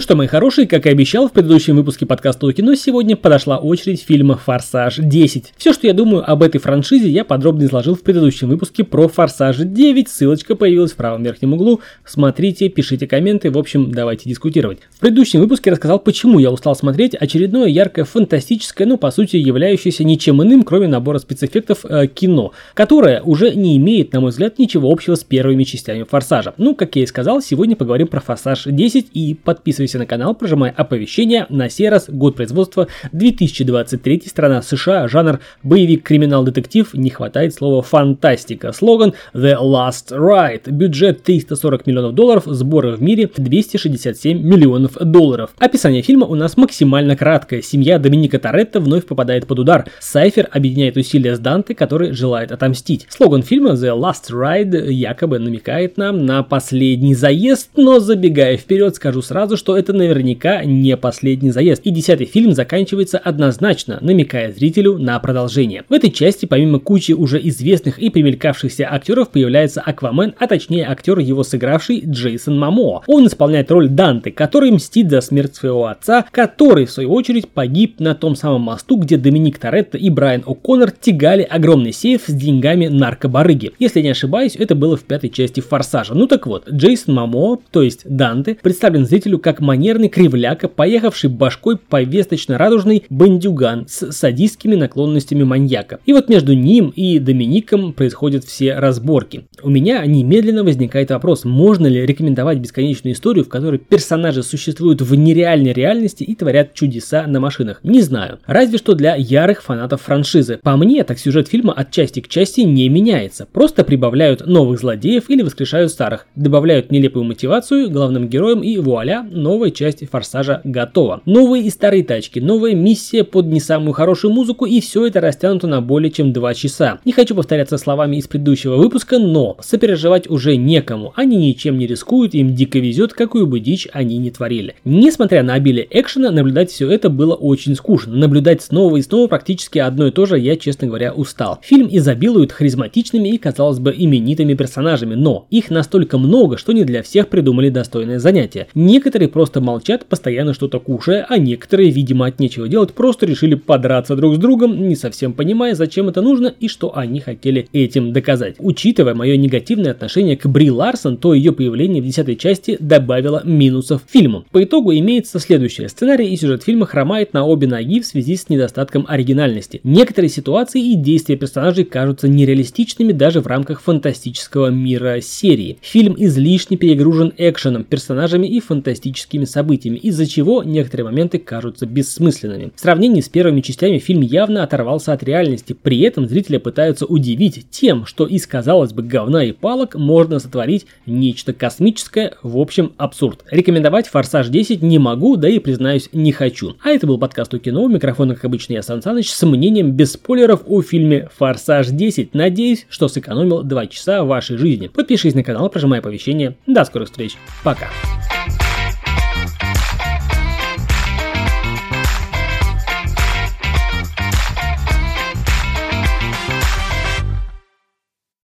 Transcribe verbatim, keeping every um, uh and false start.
что, мои хорошие, как и обещал в предыдущем выпуске подкаста о кино, сегодня подошла очередь фильма «Форсаж десять». Все, что я думаю об этой франшизе, я подробно изложил в предыдущем выпуске про «Форсаж девять». Ссылочка появилась в правом верхнем углу. Смотрите, пишите комменты, в общем, давайте дискутировать. В предыдущем выпуске я рассказал, почему я устал смотреть очередное яркое фантастическое, ну, по сути, являющееся ничем иным, кроме набора спецэффектов э, кино, которое уже не имеет, на мой взгляд, ничего общего с первыми частями «Форсажа». Ну, как я и сказал, сегодня поговорим про «Форсаж десять», и подписывайся на канал, прожимай оповещения. На сей раз год производства две тысячи двадцать третий, страна США, жанр боевик, криминал, детектив, не хватает слова фантастика. Слоган The Last Ride, бюджет триста сорок миллионов долларов, сборы в мире двести шестьдесят семь миллионов долларов. Описание фильма у нас максимально краткое. Семья Доминика Торетто вновь попадает под удар. Сайфер объединяет усилия с Данте, который желает отомстить. Слоган фильма The Last Ride якобы намекает нам на последний заезд, но забегая вперед, скажу сразу, что это наверняка не последний заезд. И десятый фильм заканчивается однозначно, намекая зрителю на продолжение. В этой части, помимо кучи уже известных и примелькавшихся актеров, появляется Аквамен, а точнее актер, его сыгравший, Джейсон Момоа. Он исполняет роль Данте, который мстит за смерть своего отца, который, в свою очередь, погиб на том самом мосту, где Доминик Торетто и Брайан О'Коннор тягали огромный сейф с деньгами наркобарыги. Если не ошибаюсь, это было в пятой части «Форсажа». Ну так вот, Джейсон Момоа, то есть Данте, представлен зрителю как манерный кривляка, поехавший башкой по весточно-радужный бандюган с садистскими наклонностями маньяка. И вот между ним и Домиником происходят все разборки. У меня немедленно возникает вопрос, можно ли рекомендовать бесконечную историю, в которой персонажи существуют в нереальной реальности и творят чудеса на машинах? Не знаю. Разве что для ярых фанатов франшизы. По мне, так сюжет фильма от части к части не меняется. Просто прибавляют новых злодеев или воскрешают старых. Добавляют нелепую мотивацию главным героям и вуаля, новая часть «Форсажа» готова. Новые и старые тачки, новая миссия под не самую хорошую музыку, и все это растянуто на более чем два часа. Не хочу повторяться словами из предыдущего выпуска, но сопереживать уже некому. Они ничем не рискуют, им дико везет, какую бы дичь они ни творили. Несмотря на обилие экшена, наблюдать все это было очень скучно. Наблюдать снова и снова практически одно и то же я, честно говоря, устал. Фильм изобилует харизматичными и, казалось бы, именитыми персонажами, но их настолько много, что не для всех придумали достойное занятие. Некоторые просто молчат, постоянно что-то кушая, а некоторые, видимо, от нечего делать, просто решили подраться друг с другом, не совсем понимая, зачем это нужно и что они хотели этим доказать. Учитывая мое негативное отношение к Бри Ларсон, то ее появление в десятой части добавило минусов фильму. По итогу имеется следующее. Сценарий и сюжет фильма хромает на обе ноги в связи с недостатком оригинальности. Некоторые ситуации и действия персонажей кажутся нереалистичными даже в рамках фантастического мира серии. Фильм излишне перегружен экшеном, персонажами и фантастическими событиями, из-за чего некоторые моменты кажутся бессмысленными. В сравнении с первыми частями фильм явно оторвался от реальности, при этом зрителя пытаются удивить тем, что из, казалось бы, говна и палок можно сотворить нечто космическое, в общем, абсурд. Рекомендовать «Форсаж десять» не могу, да и, признаюсь, не хочу. А это был подкаст о кино, у микрофона, как обычно, я, Сан Саныч, с мнением без спойлеров о фильме «Форсаж десять». Надеюсь, что сэкономил два часа вашей жизни. Подпишись на канал, прожимай оповещения. До скорых встреч. Пока.